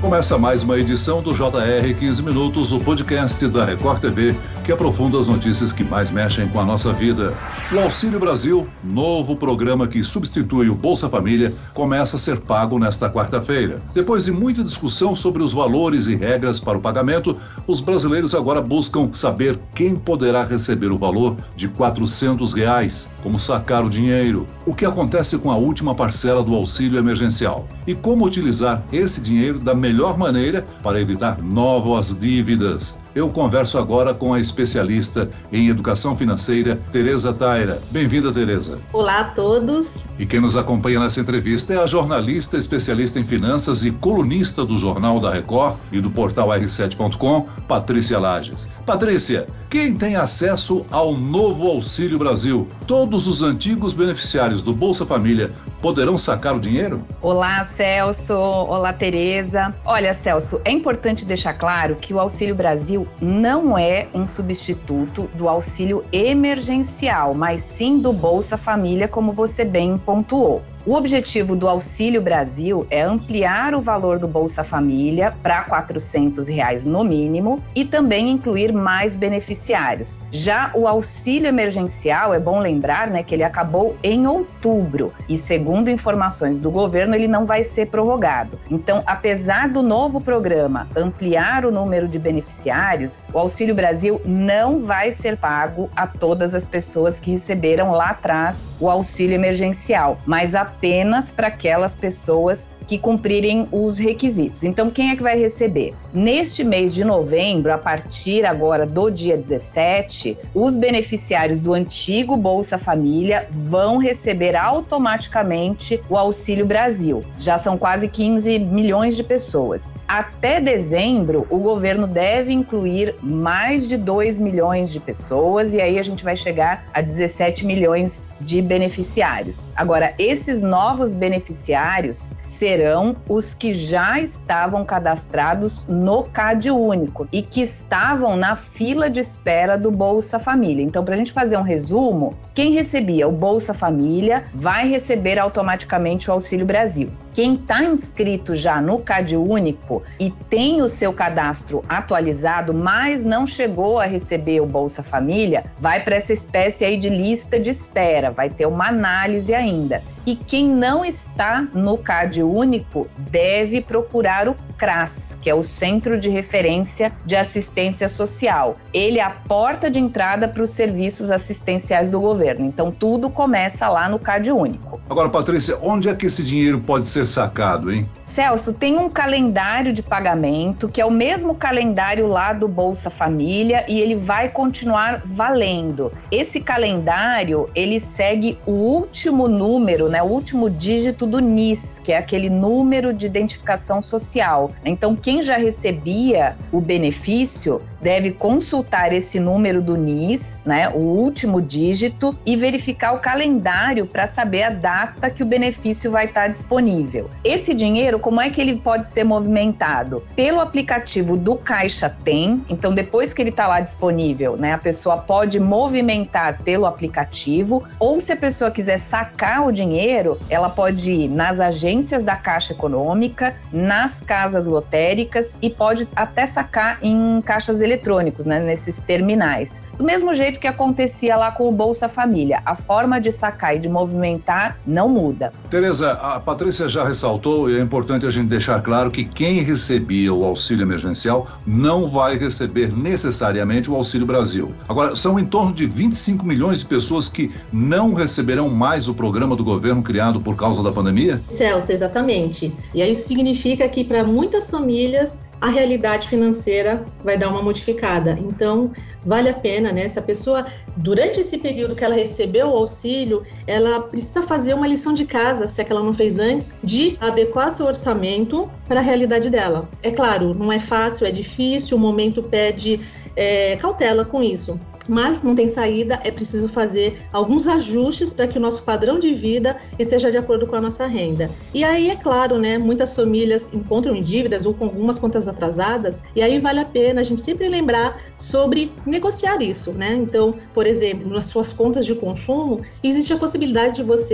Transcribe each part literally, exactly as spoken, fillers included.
Começa mais uma edição do J R quinze Minutos, o podcast da Record T V, que aprofunda as notícias que mais mexem com a nossa vida. O Auxílio Brasil, novo programa que substitui o Bolsa Família, começa a ser pago nesta quarta-feira. Depois de muita discussão sobre os valores e regras para o pagamento, os brasileiros agora buscam saber quem poderá receber o valor de quatrocentos reais, como sacar o dinheiro, o que acontece com a última parcela do auxílio emergencial e como utilizar esse dinheiro da melhor maneira para evitar novas dívidas. Eu converso agora com a especialista em educação financeira, Tereza Taira. Bem-vinda, Tereza. Olá a todos. E quem nos acompanha nessa entrevista é a jornalista especialista em finanças e colunista do Jornal da Record e do portal R sete ponto com, Patrícia Lages. Patrícia, quem tem acesso ao novo Auxílio Brasil? Todos os antigos beneficiários do Bolsa Família poderão sacar o dinheiro? Olá, Celso. Olá, Tereza. Olha, Celso, é importante deixar claro que o Auxílio Brasil não é um substituto do auxílio emergencial, mas sim do Bolsa Família, como você bem pontuou. O objetivo do Auxílio Brasil é ampliar o valor do Bolsa Família para quatrocentos reais no mínimo e também incluir mais beneficiários. Já o auxílio emergencial, é bom lembrar, né, que ele acabou em outubro e, segundo informações do governo, ele não vai ser prorrogado. Então, apesar do novo programa ampliar o número de beneficiários, o Auxílio Brasil não vai ser pago a todas as pessoas que receberam lá atrás o auxílio emergencial, mas a apenas para aquelas pessoas que cumprirem os requisitos. Então, quem é que vai receber? Neste mês de novembro, a partir agora do dia dezessete, os beneficiários do antigo Bolsa Família vão receber automaticamente o Auxílio Brasil. Já são quase quinze milhões de pessoas. Até dezembro, o governo deve incluir mais de dois milhões de pessoas e aí a gente vai chegar a dezessete milhões de beneficiários. Agora, esses novos beneficiários serão os que já estavam cadastrados no CadÚnico e que estavam na fila de espera do Bolsa Família. Então, para a gente fazer um resumo, quem recebia o Bolsa Família vai receber automaticamente o Auxílio Brasil. Quem está inscrito já no CadÚnico e tem o seu cadastro atualizado, mas não chegou a receber o Bolsa Família, vai para essa espécie aí de lista de espera, vai ter uma análise ainda. E quem não está no CadÚnico deve procurar o CRAS, que é o Centro de Referência de Assistência Social. Ele é a porta de entrada para os serviços assistenciais do governo. Então, tudo começa lá no CadÚnico. Agora, Patrícia, onde é que esse dinheiro pode ser sacado, hein? Celso, tem um calendário de pagamento, que é o mesmo calendário lá do Bolsa Família e ele vai continuar valendo. Esse calendário, ele segue o último número, né, o último dígito do N I S, que é aquele número de identificação social. Então, quem já recebia o benefício deve consultar esse número do N I S, né, o último dígito, e verificar o calendário para saber a data que o benefício vai estar disponível. Esse dinheiro, como é que ele pode ser movimentado? Pelo aplicativo do Caixa Tem. Então, depois que ele está lá disponível, né, a pessoa pode movimentar pelo aplicativo, ou se a pessoa quiser sacar o dinheiro, ela pode ir nas agências da Caixa Econômica, nas casas lotéricas e pode até sacar em caixas eletrônicos, né, nesses terminais. Do mesmo jeito que acontecia lá com o Bolsa Família, a forma de sacar e de movimentar não muda. Tereza, a Patrícia já ressaltou, e é importante a gente deixar claro que quem recebia o auxílio emergencial não vai receber necessariamente o Auxílio Brasil. Agora, são em torno de vinte e cinco milhões de pessoas que não receberão mais o programa do governo criado por causa da pandemia? Celso, exatamente. E aí isso significa que para muitas famílias a realidade financeira vai dar uma modificada. Então, vale a pena, né? Se a pessoa, durante esse período que ela recebeu o auxílio, ela precisa fazer uma lição de casa, se é que ela não fez antes, de adequar seu orçamento para a realidade dela. É claro, não é fácil, é difícil, o momento pede é, cautela com isso. Mas não tem saída, é preciso fazer alguns ajustes para que o nosso padrão de vida esteja de acordo com a nossa renda. E aí, é claro, né, muitas famílias encontram em dívidas ou com algumas contas atrasadas, e aí vale a pena a gente sempre lembrar sobre negociar isso, né? Então, por exemplo, nas suas contas de consumo, existe a possibilidade de você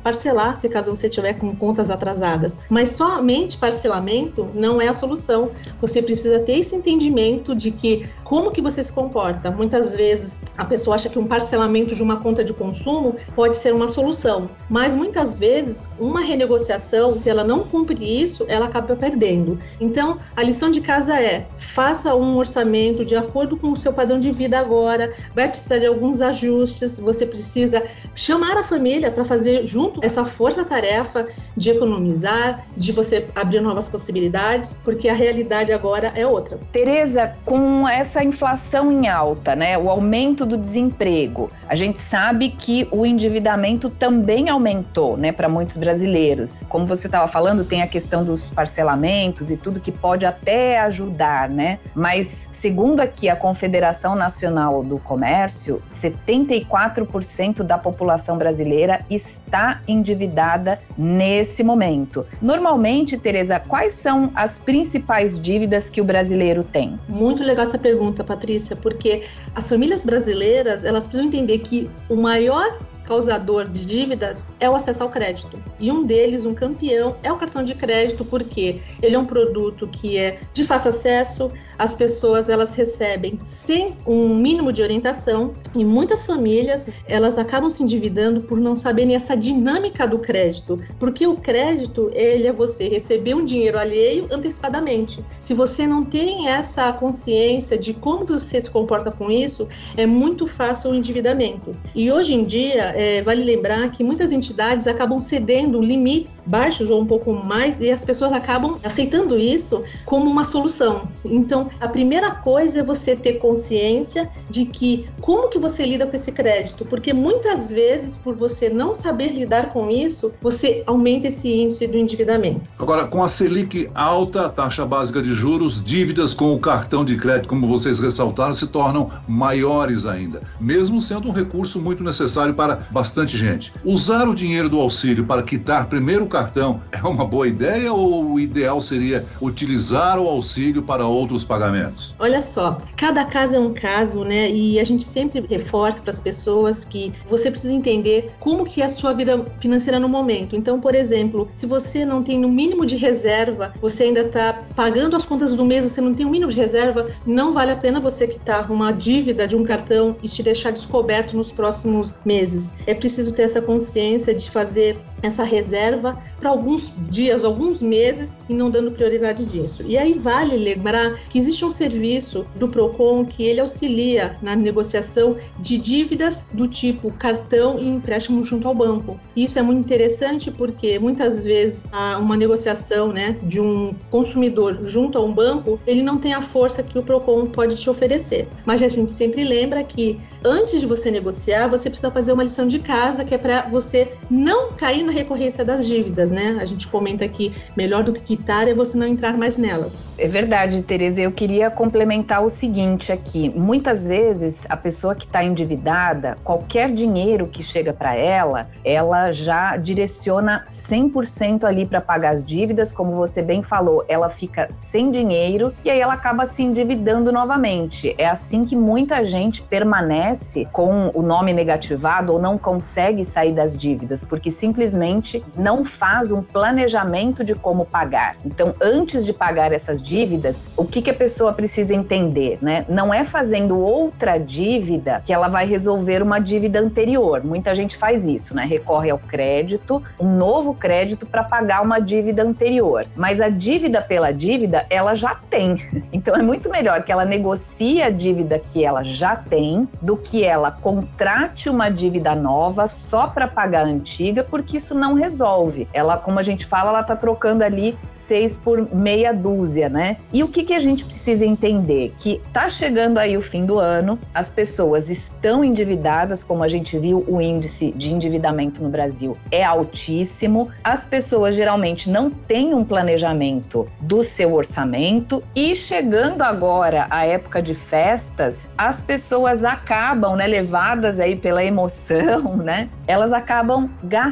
parcelar, se caso você tiver com contas atrasadas. Mas somente parcelamento não é a solução. Você precisa ter esse entendimento de que como que você se comporta. Muitas vezes a pessoa acha que um parcelamento de uma conta de consumo pode ser uma solução, mas muitas vezes uma renegociação, se ela não cumpre isso, ela acaba perdendo. Então, a lição de casa é: faça um orçamento de acordo com o seu padrão de vida agora, vai precisar de alguns ajustes, você precisa chamar a família para fazer junto essa força-tarefa de economizar, de você abrir novas possibilidades, porque a realidade agora é outra. Tereza, com essa inflação em alta, né, o aumento do desemprego, a gente sabe que o endividamento também aumentou, né, para muitos brasileiros. Como você estava falando, tem a questão dos parcelamentos e tudo que pode até ajudar, né? Mas, segundo aqui a Confederação Nacional do Comércio, setenta e quatro por cento da população brasileira está endividada nesse momento. Normalmente, Tereza, quais são as principais dívidas que o brasileiro tem? Muito legal essa pergunta, Patrícia, porque as famílias brasileiras, elas precisam entender que o maior causador de dívidas é o acesso ao crédito. E um deles, um campeão, é o cartão de crédito, porque ele é um produto que é de fácil acesso, as pessoas elas recebem sem um mínimo de orientação, e muitas famílias elas acabam se endividando por não saberem essa dinâmica do crédito, porque o crédito, ele é você receber um dinheiro alheio antecipadamente. Se você não tem essa consciência de como você se comporta com isso, é muito fácil o endividamento. E hoje em dia, É, vale lembrar que muitas entidades acabam cedendo limites baixos ou um pouco mais, e as pessoas acabam aceitando isso como uma solução. Então, a primeira coisa é você ter consciência de que como que você lida com esse crédito, porque muitas vezes, por você não saber lidar com isso, você aumenta esse índice do endividamento. Agora, com a Selic alta, a taxa básica de juros, dívidas com o cartão de crédito, como vocês ressaltaram, se tornam maiores ainda, mesmo sendo um recurso muito necessário para bastante gente. Usar o dinheiro do auxílio para quitar primeiro o cartão é uma boa ideia, ou o ideal seria utilizar o auxílio para outros pagamentos? Olha só, cada caso é um caso, né? E a gente sempre reforça para as pessoas que você precisa entender como que é a sua vida financeira no momento. Então, por exemplo, se você não tem no mínimo de reserva, você ainda está pagando as contas do mês, você não tem um mínimo de reserva, não vale a pena você quitar uma dívida de um cartão e te deixar descoberto nos próximos meses. É preciso ter essa consciência de fazer essa reserva para alguns dias, alguns meses, e não dando prioridade disso. E aí vale lembrar que existe um serviço do Procon que ele auxilia na negociação de dívidas do tipo cartão e empréstimo junto ao banco. Isso é muito interessante porque muitas vezes uma negociação, né, de um consumidor junto a um banco, ele não tem a força que o Procon pode te oferecer. Mas a gente sempre lembra que antes de você negociar, você precisa fazer uma lição de casa, que é para você não cair na recorrência das dívidas, né? A gente comenta que melhor do que quitar é você não entrar mais nelas. É verdade, Tereza. Eu queria complementar o seguinte aqui. Muitas vezes, a pessoa que está endividada, qualquer dinheiro que chega para ela, ela já direciona cem por cento ali para pagar as dívidas. Como você bem falou, ela fica sem dinheiro e aí ela acaba se endividando novamente. É assim que muita gente permanece com o nome negativado ou não consegue sair das dívidas, porque simplesmente não faz um planejamento de como pagar. Então, antes de pagar essas dívidas, o que, que a pessoa precisa entender, né? Não é fazendo outra dívida que ela vai resolver uma dívida anterior. Muita gente faz isso, né? Recorre ao crédito, um novo crédito para pagar uma dívida anterior. Mas a dívida pela dívida, ela já tem. Então, é muito melhor que ela negocie a dívida que ela já tem do que ela contrate uma dívida nova só para pagar a antiga, porque isso não resolve. Ela, como a gente fala, ela tá trocando ali seis por meia dúzia, né? E o que que a gente precisa entender? Que tá chegando aí o fim do ano, as pessoas estão endividadas, como a gente viu, o índice de endividamento no Brasil é altíssimo, as pessoas geralmente não têm um planejamento do seu orçamento e chegando agora a época de festas, as pessoas acabam, né, levadas aí pela emoção, né? Elas acabam gastando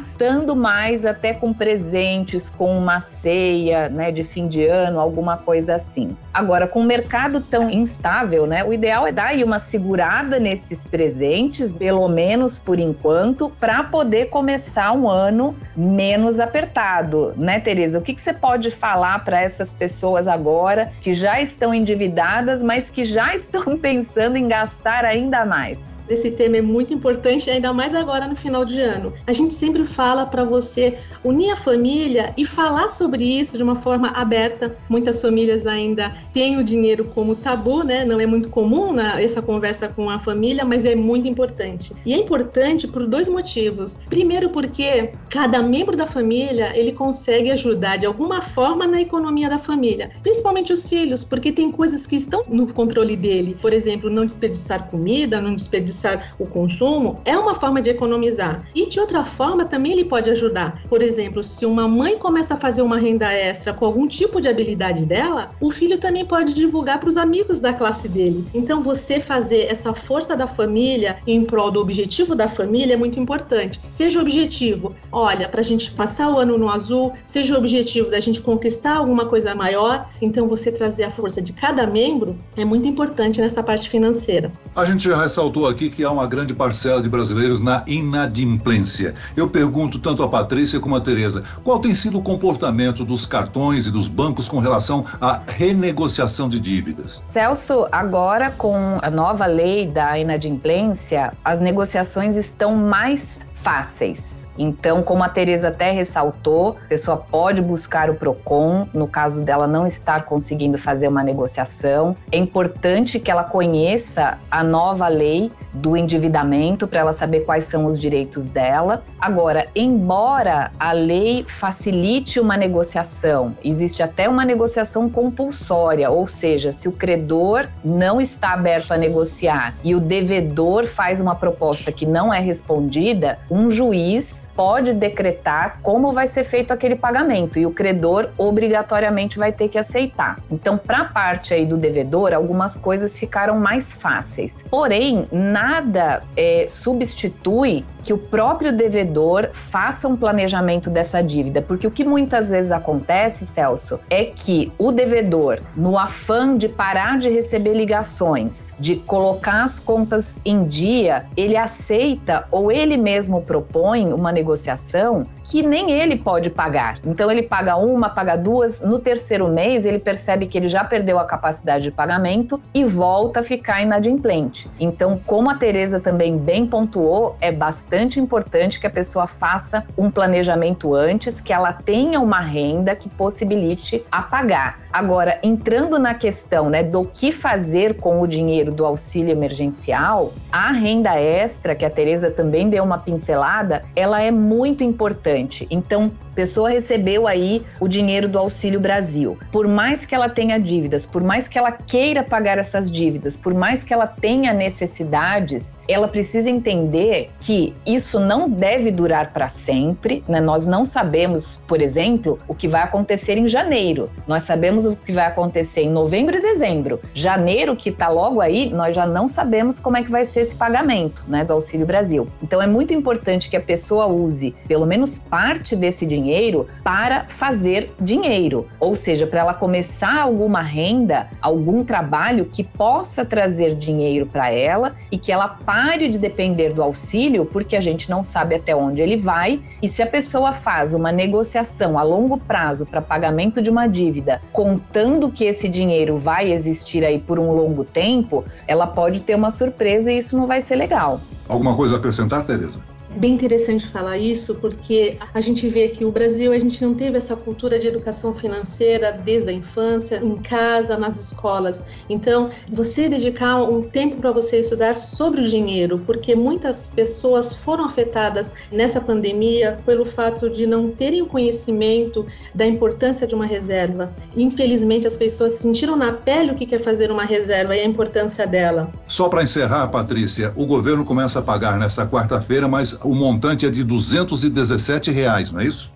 ajudando mais até com presentes, com uma ceia, né, de fim de ano, alguma coisa assim. Agora, com o mercado tão instável, né, o ideal é dar aí uma segurada nesses presentes, pelo menos por enquanto, para poder começar um ano menos apertado, né, Tereza? O que, que você pode falar para essas pessoas agora que já estão endividadas, mas que já estão pensando em gastar ainda mais? Esse tema é muito importante, ainda mais agora no final de ano. A gente sempre fala para você unir a família e falar sobre isso de uma forma aberta. Muitas famílias ainda têm o dinheiro como tabu, né? Não é muito comum né, essa conversa com a família, mas é muito importante. E é importante por dois motivos. Primeiro porque cada membro da família, ele consegue ajudar de alguma forma na economia da família. Principalmente os filhos, porque tem coisas que estão no controle dele. Por exemplo, não desperdiçar comida, não desperdiçar o consumo, é uma forma de economizar. E de outra forma também ele pode ajudar. Por exemplo, se uma mãe começa a fazer uma renda extra com algum tipo de habilidade dela, o filho também pode divulgar para os amigos da classe dele. Então você fazer essa força da família em prol do objetivo da família é muito importante. Seja o objetivo, olha, para a gente passar o ano no azul, seja o objetivo da gente conquistar alguma coisa maior, então você trazer a força de cada membro é muito importante nessa parte financeira. A gente já ressaltou aqui que há uma grande parcela de brasileiros na inadimplência. Eu pergunto tanto a Patrícia como a Tereza, qual tem sido o comportamento dos cartões e dos bancos com relação à renegociação de dívidas? Celso, agora com a nova lei da inadimplência, as negociações estão mais fáceis. Então, como a Tereza até ressaltou, a pessoa pode buscar o Procon, no caso dela não estar conseguindo fazer uma negociação. É importante que ela conheça a nova lei do endividamento para ela saber quais são os direitos dela. Agora, embora a lei facilite uma negociação, existe até uma negociação compulsória, ou seja, se o credor não está aberto a negociar e o devedor faz uma proposta que não é respondida, um juiz pode decretar como vai ser feito aquele pagamento e o credor obrigatoriamente vai ter que aceitar. Então, para a parte aí do devedor, algumas coisas ficaram mais fáceis. Porém, nada é, substitui que o próprio devedor faça um planejamento dessa dívida, porque o que muitas vezes acontece, Celso, é que o devedor, no afã de parar de receber ligações, de colocar as contas em dia, ele aceita ou ele mesmo propõe uma negociação que nem ele pode pagar. Então ele paga uma, paga duas, no terceiro mês ele percebe que ele já perdeu a capacidade de pagamento e volta a ficar inadimplente. Então, como a Tereza também bem pontuou, é bastante importante que a pessoa faça um planejamento antes, que ela tenha uma renda que possibilite a pagar. Agora, entrando na questão, né, do que fazer com o dinheiro do auxílio emergencial, a renda extra, que a Tereza também deu uma pincelada, ela é muito importante. Então, a pessoa recebeu aí o dinheiro do Auxílio Brasil. Por mais que ela tenha dívidas, por mais que ela queira pagar essas dívidas, por mais que ela tenha necessidades, ela precisa entender que isso não deve durar para sempre, né? Nós não sabemos, por exemplo, o que vai acontecer em janeiro. Nós sabemos o que vai acontecer em novembro e dezembro. Janeiro, que está logo aí, nós já não sabemos como é que vai ser esse pagamento, né, do Auxílio Brasil. Então, é muito importante que a pessoa use pelo menos parte desse dinheiro para fazer dinheiro, ou seja, para ela começar alguma renda, algum trabalho que possa trazer dinheiro para ela e que ela pare de depender do auxílio, porque a gente não sabe até onde ele vai, e se a pessoa faz uma negociação a longo prazo para pagamento de uma dívida, contando que esse dinheiro vai existir aí por um longo tempo, ela pode ter uma surpresa e isso não vai ser legal. Alguma coisa a acrescentar, Tereza? Bem interessante falar isso, porque a gente vê que o Brasil, a gente não teve essa cultura de educação financeira desde a infância, em casa, nas escolas. Então, você dedicar um tempo para você estudar sobre o dinheiro, porque muitas pessoas foram afetadas nessa pandemia pelo fato de não terem o conhecimento da importância de uma reserva. Infelizmente, as pessoas sentiram na pele o que quer fazer uma reserva e a importância dela. Só para encerrar, Patrícia, o governo começa a pagar nesta quarta-feira, mas o montante é de duzentos e dezessete reais, não é isso?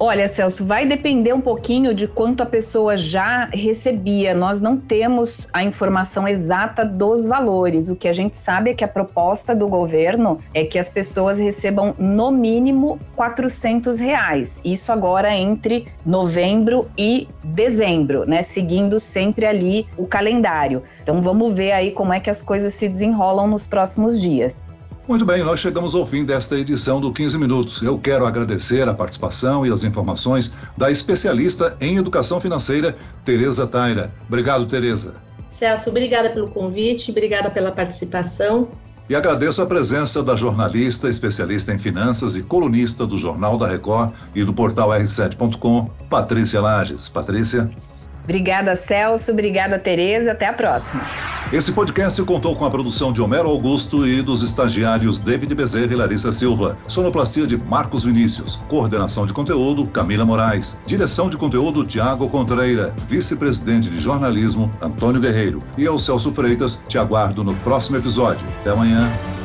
Olha, Celso, vai depender um pouquinho de quanto a pessoa já recebia. Nós não temos a informação exata dos valores. O que a gente sabe é que a proposta do governo é que as pessoas recebam no mínimo quatrocentos reais. Isso agora entre novembro e dezembro, né? Seguindo sempre ali o calendário. Então vamos ver aí como é que as coisas se desenrolam nos próximos dias. Muito bem, nós chegamos ao fim desta edição do quinze Minutos. Eu quero agradecer a participação e as informações da especialista em educação financeira, Tereza Taira. Obrigado, Tereza. Celso, obrigada pelo convite, obrigada pela participação. E agradeço a presença da jornalista, especialista em finanças e colunista do Jornal da Record e do portal erre sete ponto com, Patrícia Lages. Patrícia. Obrigada, Celso. Obrigada, Tereza. Até a próxima. Esse podcast contou com a produção de Homero Augusto e dos estagiários David Bezerra e Larissa Silva. Sonoplastia de Marcos Vinícius. Coordenação de conteúdo, Camila Moraes. Direção de conteúdo, Tiago Contreira. Vice-presidente de jornalismo, Antônio Guerreiro. E eu, Celso Freitas, te aguardo no próximo episódio. Até amanhã.